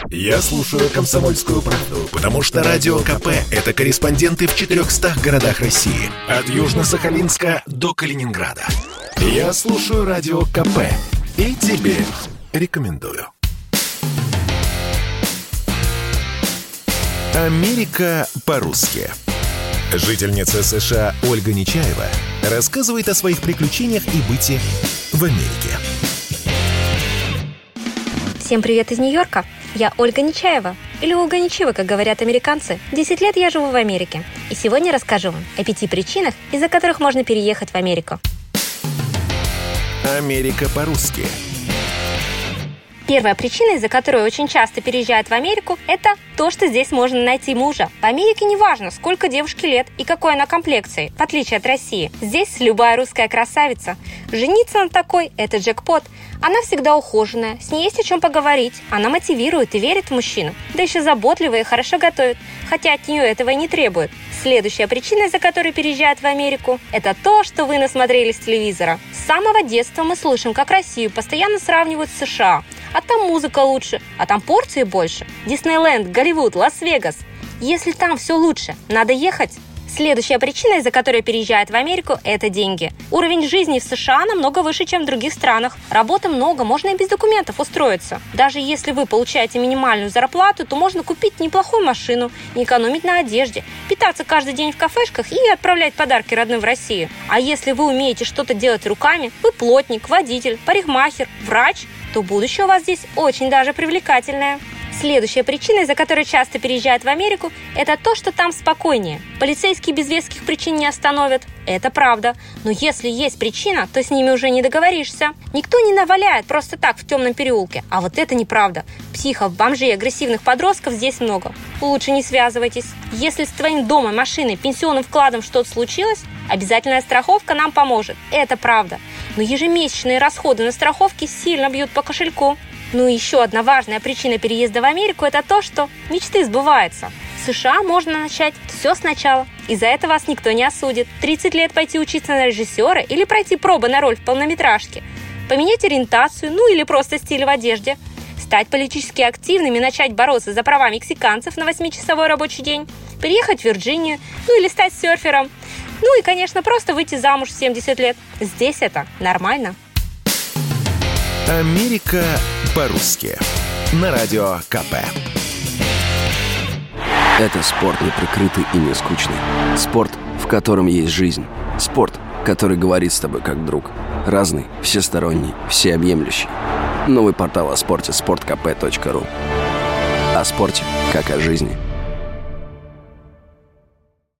Я слушаю «Комсомольскую правду», потому что Радио КП – это корреспонденты в 400 городах России. От Южно-Сахалинска до Калининграда. Я слушаю Радио КП и тебе рекомендую. Америка по-русски. Жительница США Ольга Нечаева рассказывает о своих приключениях и быте в Америке. Всем привет из Нью-Йорка. Я Ольга Нечаева, или Ольга Нечаева, как говорят американцы. 10 лет я живу в Америке. И сегодня расскажу вам о 5 причинах, из-за которых можно переехать в Америку. Америка по-русски. Первая причина, из-за которой очень часто переезжают в Америку, это то, что здесь можно найти мужа. В Америке не важно, сколько девушке лет и какой она комплекции, в отличие от России. Здесь любая русская красавица. Жениться на такой – это джекпот. Она всегда ухоженная, с ней есть о чем поговорить. Она мотивирует и верит в мужчину. Да еще заботливая и хорошо готовит, хотя от нее этого и не требует. Следующая причина, из-за которой переезжают в Америку, это то, что вы насмотрелись телевизора. С самого детства мы слышим, как Россию постоянно сравнивают с США. А там музыка лучше, а там порции больше. Диснейленд, Голливуд, Лас-Вегас. Если там все лучше, надо ехать. Следующая причина, из-за которой переезжают в Америку, это деньги. Уровень жизни в США намного выше, чем в других странах. Работы много, можно и без документов устроиться. Даже если вы получаете минимальную зарплату, то можно купить неплохую машину, не экономить на одежде, питаться каждый день в кафешках и отправлять подарки родным в Россию. А если вы умеете что-то делать руками, вы плотник, водитель, парикмахер, врач, то будущее у вас здесь очень даже привлекательное. Следующая причина, из-за которой часто переезжают в Америку, это то, что там спокойнее. Полицейские без веских причин не остановят. Это правда. Но если есть причина, то с ними уже не договоришься. Никто не наваляет просто так в темном переулке. А вот это неправда. Психов, бомжей, агрессивных подростков здесь много. Лучше не связывайтесь. Если с твоим домом, машиной, пенсионным вкладом что-то случилось, обязательная страховка нам поможет. Это правда. Но ежемесячные расходы на страховки сильно бьют по кошельку. Ну и еще одна важная причина переезда в Америку – это то, что мечты сбываются. В США можно начать все сначала, и за это вас никто не осудит. 30 лет пойти учиться на режиссера или пройти пробы на роль в полнометражке. Поменять ориентацию, ну или просто стиль в одежде. Стать политически активным и начать бороться за права мексиканцев на 8-часовой рабочий день. Переехать в Вирджинию, ну или стать серфером. Ну и, конечно, просто выйти замуж в 70 лет. Здесь это нормально. Америка по-русски. На Радио КП. Это спорт неприкрытый и не скучный. Спорт, в котором есть жизнь. Спорт, который говорит с тобой как друг. Разный, всесторонний, всеобъемлющий. Новый портал о спорте – sportkp.ru. О спорте, как о жизни.